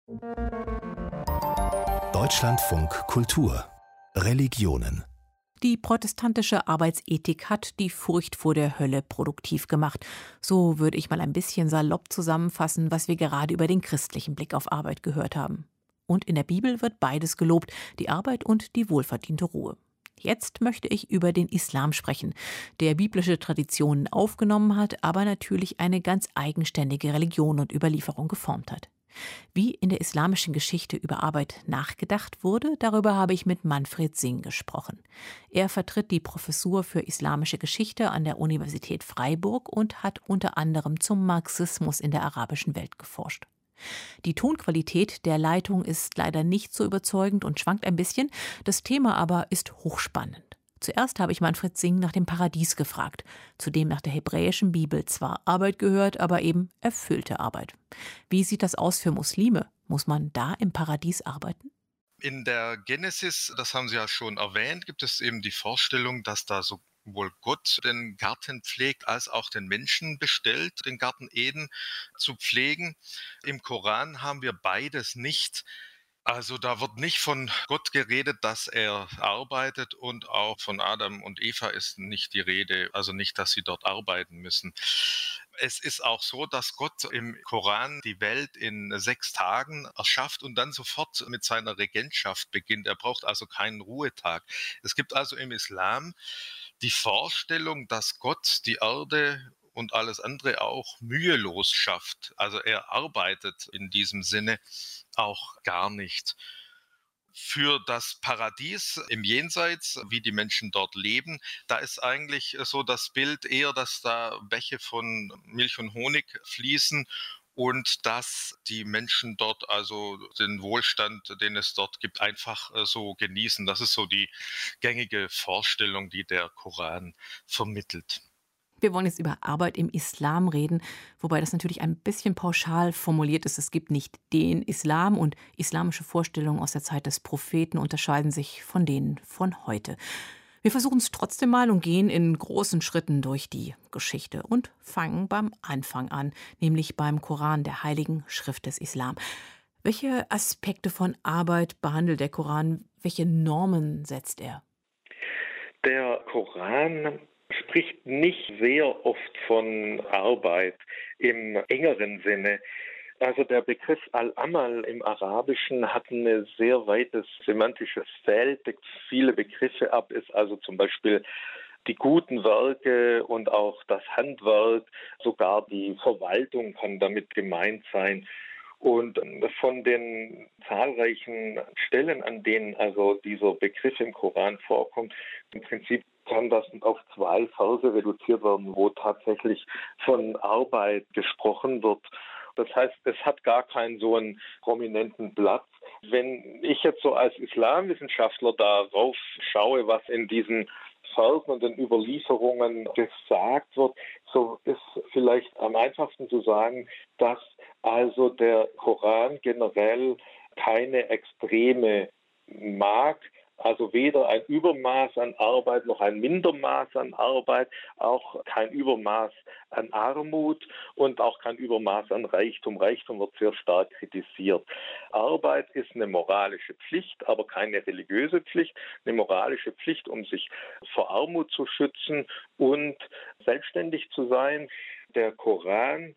Deutschlandfunk Kultur Religionen. Die protestantische Arbeitsethik hat die Furcht vor der Hölle produktiv gemacht. So würde ich mal ein bisschen salopp zusammenfassen, was wir gerade über den christlichen Blick auf Arbeit gehört haben. Und in der Bibel wird beides gelobt, die Arbeit und die wohlverdiente Ruhe. Jetzt möchte ich über den Islam sprechen, der biblische Traditionen aufgenommen hat, aber natürlich eine ganz eigenständige Religion und Überlieferung geformt hat. Wie in der islamischen Geschichte über Arbeit nachgedacht wurde, darüber habe ich mit Manfred Singh gesprochen. Er vertritt die Professur für islamische Geschichte an der Universität Freiburg und hat unter anderem zum Marxismus in der arabischen Welt geforscht. Die Tonqualität der Leitung ist leider nicht so überzeugend und schwankt ein bisschen, das Thema aber ist hochspannend. Zuerst habe ich Manfred Singh nach dem Paradies gefragt, zu dem nach der hebräischen Bibel zwar Arbeit gehört, aber eben erfüllte Arbeit. Wie sieht das aus für Muslime? Muss man da im Paradies arbeiten? In der Genesis, das haben Sie ja schon erwähnt, gibt es eben die Vorstellung, dass da sowohl Gott den Garten pflegt, als auch den Menschen bestellt, den Garten Eden zu pflegen. Im Koran haben wir beides nicht. Also da wird nicht von Gott geredet, dass er arbeitet, und auch von Adam und Eva ist nicht die Rede, also nicht, dass sie dort arbeiten müssen. Es ist auch so, dass Gott im Koran die Welt in 6 Tagen erschafft und dann sofort mit seiner Regentschaft beginnt. Er braucht also keinen Ruhetag. Es gibt also im Islam die Vorstellung, dass Gott die Erde und alles andere auch mühelos schafft. Also er arbeitet in diesem Sinne auch gar nicht. Für das Paradies im Jenseits, wie die Menschen dort leben, da ist eigentlich so das Bild eher, dass da Bäche von Milch und Honig fließen und dass die Menschen dort also den Wohlstand, den es dort gibt, einfach so genießen. Das ist so die gängige Vorstellung, die der Koran vermittelt. Wir wollen jetzt über Arbeit im Islam reden, wobei das natürlich ein bisschen pauschal formuliert ist. Es gibt nicht den Islam und islamische Vorstellungen aus der Zeit des Propheten unterscheiden sich von denen von heute. Wir versuchen es trotzdem mal und gehen in großen Schritten durch die Geschichte und fangen beim Anfang an, nämlich beim Koran, der heiligen Schrift des Islam. Welche Aspekte von Arbeit behandelt der Koran? Welche Normen setzt er? Der Koran spricht nicht sehr oft von Arbeit im engeren Sinne. Also der Begriff Al-Amal im Arabischen hat ein sehr weites semantisches Feld, deckt viele Begriffe ab, ist also zum Beispiel die guten Werke und auch das Handwerk, sogar die Verwaltung kann damit gemeint sein. Und von den zahlreichen Stellen, an denen also dieser Begriff im Koran vorkommt, im Prinzip kann das auf 2 Verse reduziert werden, wo tatsächlich von Arbeit gesprochen wird. Das heißt, es hat gar keinen so einen prominenten Platz. Wenn ich jetzt so als Islamwissenschaftler darauf schaue, was in diesen Versen und den Überlieferungen gesagt wird, so ist vielleicht am einfachsten zu sagen, dass also der Koran generell keine Extreme mag, also weder ein Übermaß an Arbeit noch ein Mindermaß an Arbeit, auch kein Übermaß an Armut und auch kein Übermaß an Reichtum. Reichtum wird sehr stark kritisiert. Arbeit ist eine moralische Pflicht, aber keine religiöse Pflicht. Eine moralische Pflicht, um sich vor Armut zu schützen und selbstständig zu sein. Der Koran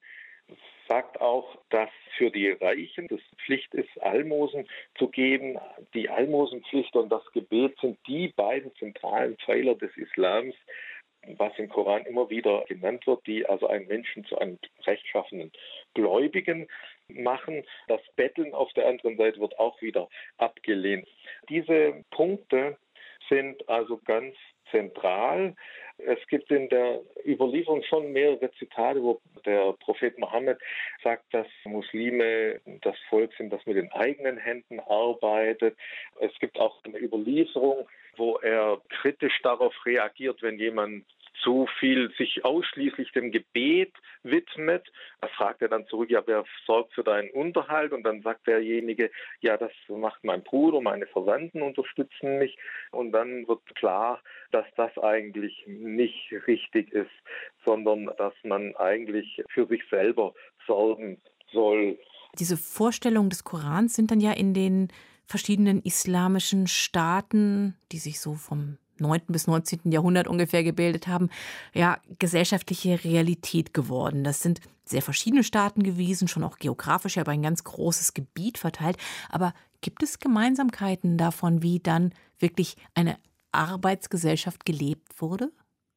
sagt auch, dass für die Reichen es Pflicht ist, Almosen zu geben. Die Almosenpflicht und das Gebet sind die beiden zentralen Pfeiler des Islams, was im Koran immer wieder genannt wird, die also einen Menschen zu einem rechtschaffenen Gläubigen machen. Das Betteln auf der anderen Seite wird auch wieder abgelehnt. Diese Punkte sind also ganz zentral. Es gibt in der Überlieferung schon mehrere Zitate, wo der Prophet Mohammed sagt, dass Muslime das Volk sind, das mit den eigenen Händen arbeitet. Es gibt auch eine Überlieferung, wo er kritisch darauf reagiert, wenn jemand zu viel sich ausschließlich dem Gebet widmet. Da fragt er dann zurück, ja, wer sorgt für deinen Unterhalt? Und dann sagt derjenige, ja, das macht mein Bruder, meine Verwandten unterstützen mich. Und dann wird klar, dass das eigentlich nicht richtig ist, sondern dass man eigentlich für sich selber sorgen soll. Diese Vorstellungen des Korans sind dann ja in den verschiedenen islamischen Staaten, die sich so vom 9. bis 19. Jahrhundert ungefähr gebildet haben, ja, gesellschaftliche Realität geworden. Das sind sehr verschiedene Staaten gewesen, schon auch geografisch, aber ein ganz großes Gebiet verteilt. Aber gibt es Gemeinsamkeiten davon, wie dann wirklich eine Arbeitsgesellschaft gelebt wurde?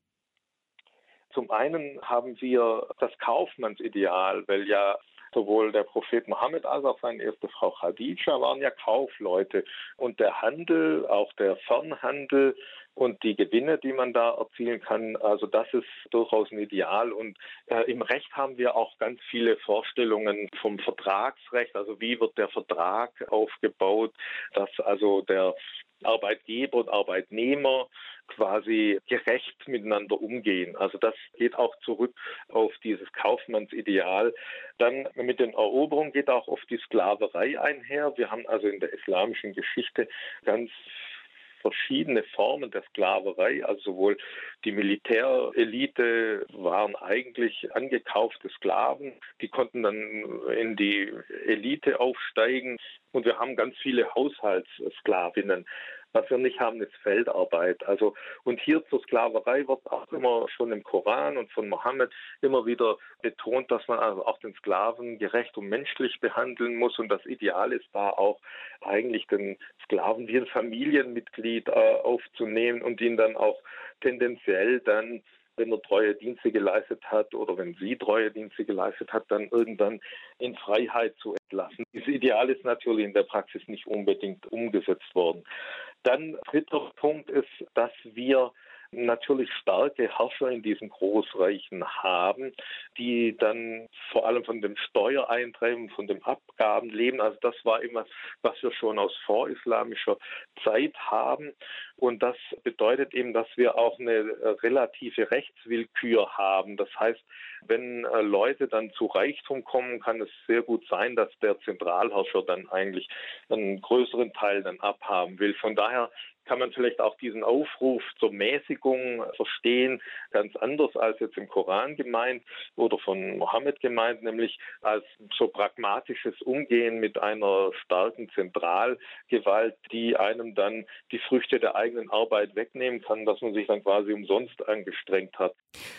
Zum einen haben wir das Kaufmannsideal, weil ja sowohl der Prophet Mohammed als auch seine erste Frau Khadija waren ja Kaufleute. Und der Handel, auch der Fernhandel und die Gewinne, die man da erzielen kann, also das ist durchaus ein Ideal. Und im Recht haben wir auch ganz viele Vorstellungen vom Vertragsrecht, also wie wird der Vertrag aufgebaut, dass also der Arbeitgeber und Arbeitnehmer quasi gerecht miteinander umgehen. Also das geht auch zurück auf dieses Kaufmannsideal. Dann mit den Eroberungen geht auch oft die Sklaverei einher. Wir haben also in der islamischen Geschichte ganz verschiedene Formen der Sklaverei, also sowohl die Militärelite waren eigentlich angekaufte Sklaven, die konnten dann in die Elite aufsteigen und wir haben ganz viele Haushaltssklavinnen. Was wir nicht haben, ist Feldarbeit. Also, und hier zur Sklaverei wird auch immer schon im Koran und von Mohammed immer wieder betont, dass man also auch den Sklaven gerecht und menschlich behandeln muss. Und das Ideal ist da auch eigentlich den Sklaven wie ein Familienmitglied aufzunehmen und ihn dann auch tendenziell dann, wenn er treue Dienste geleistet hat oder wenn sie treue Dienste geleistet hat, dann irgendwann in Freiheit zu entlassen. Dieses Ideal ist natürlich in der Praxis nicht unbedingt umgesetzt worden. Dann dritter Punkt ist, dass wir natürlich starke Herrscher in diesen Großreichen haben, die dann vor allem von dem Steuereintreiben, von den Abgaben leben. Also das war immer, was wir schon aus vorislamischer Zeit haben. Und das bedeutet eben, dass wir auch eine relative Rechtswillkür haben. Das heißt, wenn Leute dann zu Reichtum kommen, kann es sehr gut sein, dass der Zentralherrscher dann eigentlich einen größeren Teil dann abhaben will. Von daher kann man vielleicht auch diesen Aufruf zur Mäßigung verstehen, ganz anders als jetzt im Koran gemeint oder von Mohammed gemeint, nämlich als so pragmatisches Umgehen mit einer starken Zentralgewalt, die einem dann die Früchte der eigenen Arbeit wegnehmen kann, dass man sich dann quasi umsonst angestrengt hat.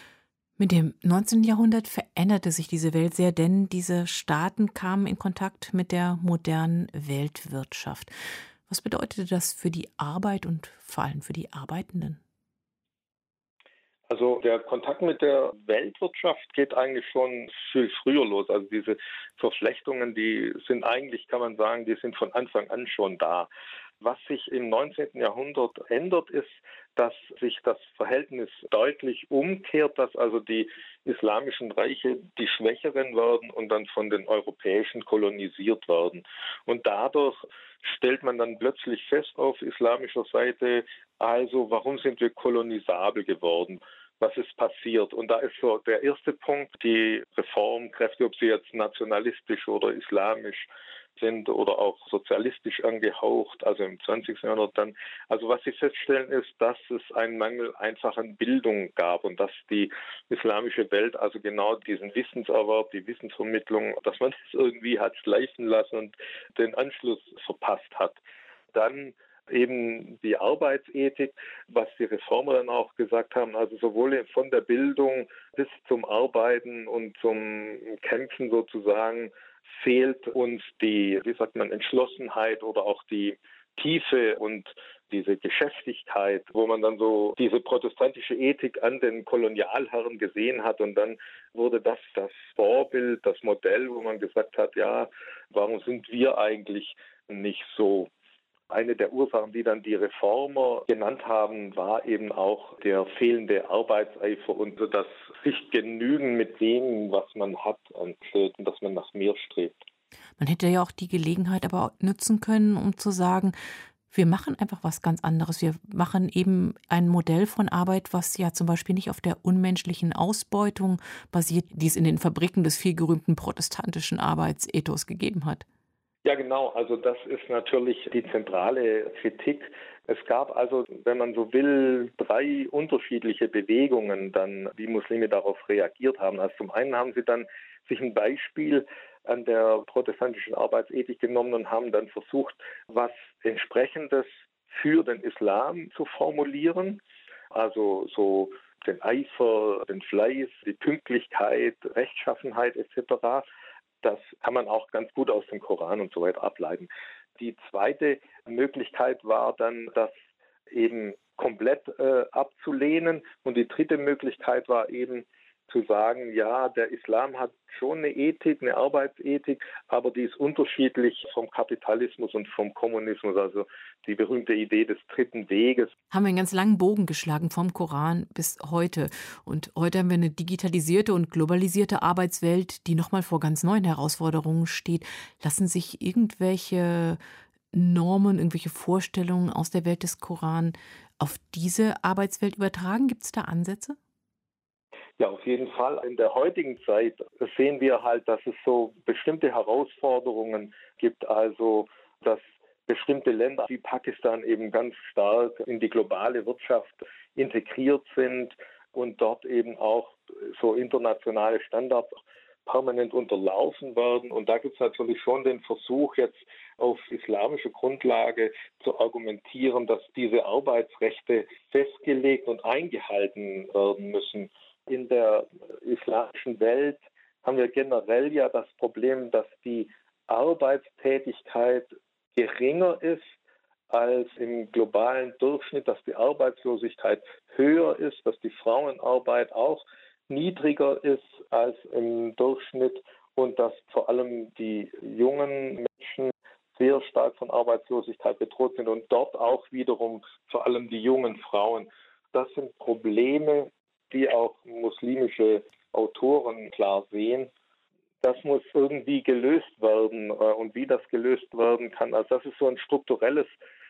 Mit dem 19. Jahrhundert veränderte sich diese Welt sehr, denn diese Staaten kamen in Kontakt mit der modernen Weltwirtschaft. Was bedeutete das für die Arbeit und vor allem für die Arbeitenden? Also der Kontakt mit der Weltwirtschaft geht eigentlich schon viel früher los. Also diese Verflechtungen, die sind eigentlich, kann man sagen, die sind von Anfang an schon da. Was sich im 19. Jahrhundert ändert, ist, dass sich das Verhältnis deutlich umkehrt, dass also die islamischen Reiche die Schwächeren werden und dann von den europäischen kolonisiert werden. Und dadurch stellt man dann plötzlich fest auf islamischer Seite, also warum sind wir kolonisabel geworden? Was ist passiert? Und da ist so der erste Punkt, die Reformkräfte, ob sie jetzt nationalistisch oder islamisch sind oder auch sozialistisch angehaucht, also im 20. Jahrhundert dann. Also was sie feststellen ist, dass es einen Mangel einfach an Bildung gab und dass die islamische Welt also genau diesen Wissenserwerb, die Wissensvermittlung, dass man das irgendwie hat schleifen lassen und den Anschluss verpasst hat. Dann eben die Arbeitsethik, was die Reformer dann auch gesagt haben, also sowohl von der Bildung bis zum Arbeiten und zum Kämpfen sozusagen fehlt uns die, Entschlossenheit oder auch die Tiefe und diese Geschäftigkeit, wo man dann so diese protestantische Ethik an den Kolonialherren gesehen hat und dann wurde das Vorbild, das Modell, wo man gesagt hat, ja, warum sind wir eigentlich nicht so? Eine der Ursachen, die dann die Reformer genannt haben, war eben auch der fehlende Arbeitseifer und so das sich genügen mit dem, was man hat an Kräften, dass man nach mehr strebt. Man hätte ja auch die Gelegenheit aber auch nutzen können, um zu sagen, wir machen einfach was ganz anderes. Wir machen eben ein Modell von Arbeit, was ja zum Beispiel nicht auf der unmenschlichen Ausbeutung basiert, die es in den Fabriken des vielgerühmten protestantischen Arbeitsethos gegeben hat. Ja, genau. Also das ist natürlich die zentrale Kritik. Es gab also, wenn man so will, 3 unterschiedliche Bewegungen, dann wie Muslime darauf reagiert haben. Also zum einen haben sie dann sich ein Beispiel an der protestantischen Arbeitsethik genommen und haben dann versucht, was Entsprechendes für den Islam zu formulieren. Also so den Eifer, den Fleiß, die Pünktlichkeit, Rechtschaffenheit etc. Das kann man auch ganz gut aus dem Koran und so weiter ableiten. Die zweite Möglichkeit war dann, das eben komplett abzulehnen. Und die dritte Möglichkeit war eben zu sagen, ja, der Islam hat schon eine Ethik, eine Arbeitsethik, aber die ist unterschiedlich vom Kapitalismus und vom Kommunismus, also die berühmte Idee des dritten Weges. Haben wir einen ganz langen Bogen geschlagen vom Koran bis heute. Und heute haben wir eine digitalisierte und globalisierte Arbeitswelt, die nochmal vor ganz neuen Herausforderungen steht. Lassen sich irgendwelche Normen, irgendwelche Vorstellungen aus der Welt des Koran auf diese Arbeitswelt übertragen? Gibt es da Ansätze? Ja, auf jeden Fall. In der heutigen Zeit sehen wir halt, dass es so bestimmte Herausforderungen gibt, also dass bestimmte Länder wie Pakistan eben ganz stark in die globale Wirtschaft integriert sind und dort eben auch so internationale Standards permanent unterlaufen werden. Und da gibt es natürlich schon den Versuch, jetzt auf islamischer Grundlage zu argumentieren, dass diese Arbeitsrechte festgelegt und eingehalten werden müssen. In der islamischen Welt haben wir generell ja das Problem, dass die Arbeitstätigkeit geringer ist als im globalen Durchschnitt, dass die Arbeitslosigkeit höher ist, dass die Frauenarbeit auch niedriger ist als im Durchschnitt und dass vor allem die jungen Menschen sehr stark von Arbeitslosigkeit bedroht sind und dort auch wiederum vor allem die jungen Frauen. Das sind Probleme, die auch muslimische Autoren klar sehen. Das muss irgendwie gelöst werden und wie das gelöst werden kann. Also das ist so ein strukturelles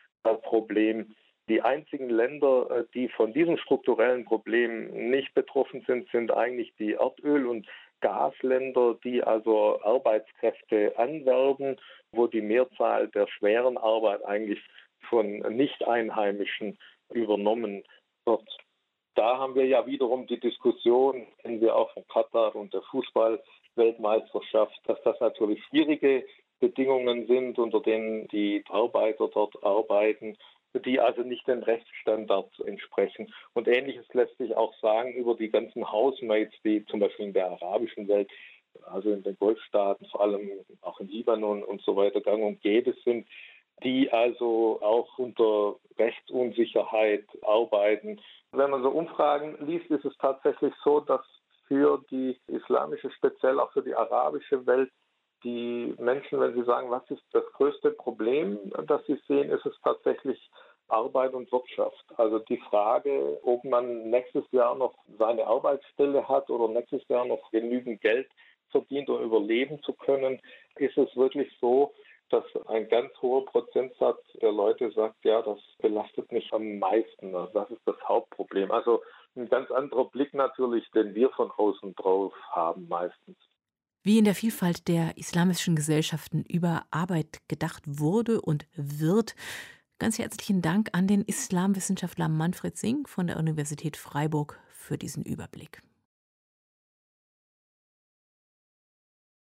Problem. Die einzigen Länder, die von diesem strukturellen Problem nicht betroffen sind, sind eigentlich die Erdöl- und Gasländer, die also Arbeitskräfte anwerben, wo die Mehrzahl der schweren Arbeit eigentlich von Nicht-Einheimischen übernommen wird. Da haben wir ja wiederum die Diskussion, kennen wir auch von Katar und der Fußball-Weltmeisterschaft, dass das natürlich schwierige Bedingungen sind, unter denen die Arbeiter dort arbeiten, die also nicht den Rechtsstandards entsprechen. Und Ähnliches lässt sich auch sagen über die ganzen Housemates, die zum Beispiel in der arabischen Welt, also in den Golfstaaten, vor allem auch in Libanon und so weiter, gang und gäbe sind, die also auch unter Rechtsunsicherheit arbeiten. Wenn man so Umfragen liest, ist es tatsächlich so, dass für die islamische, speziell auch für die arabische Welt, die Menschen, wenn sie sagen, was ist das größte Problem, das sie sehen, ist es tatsächlich Arbeit und Wirtschaft. Also die Frage, ob man nächstes Jahr noch seine Arbeitsstelle hat oder nächstes Jahr noch genügend Geld verdient, um überleben zu können, ist es wirklich so, dass ein ganz hoher Prozentsatz der Leute sagt, ja, das belastet mich am meisten. Das ist das Hauptproblem. Also ein ganz anderer Blick natürlich, den wir von außen drauf haben meistens. Wie in der Vielfalt der islamischen Gesellschaften über Arbeit gedacht wurde und wird. Ganz herzlichen Dank an den Islamwissenschaftler Manfred Singh von der Universität Freiburg für diesen Überblick.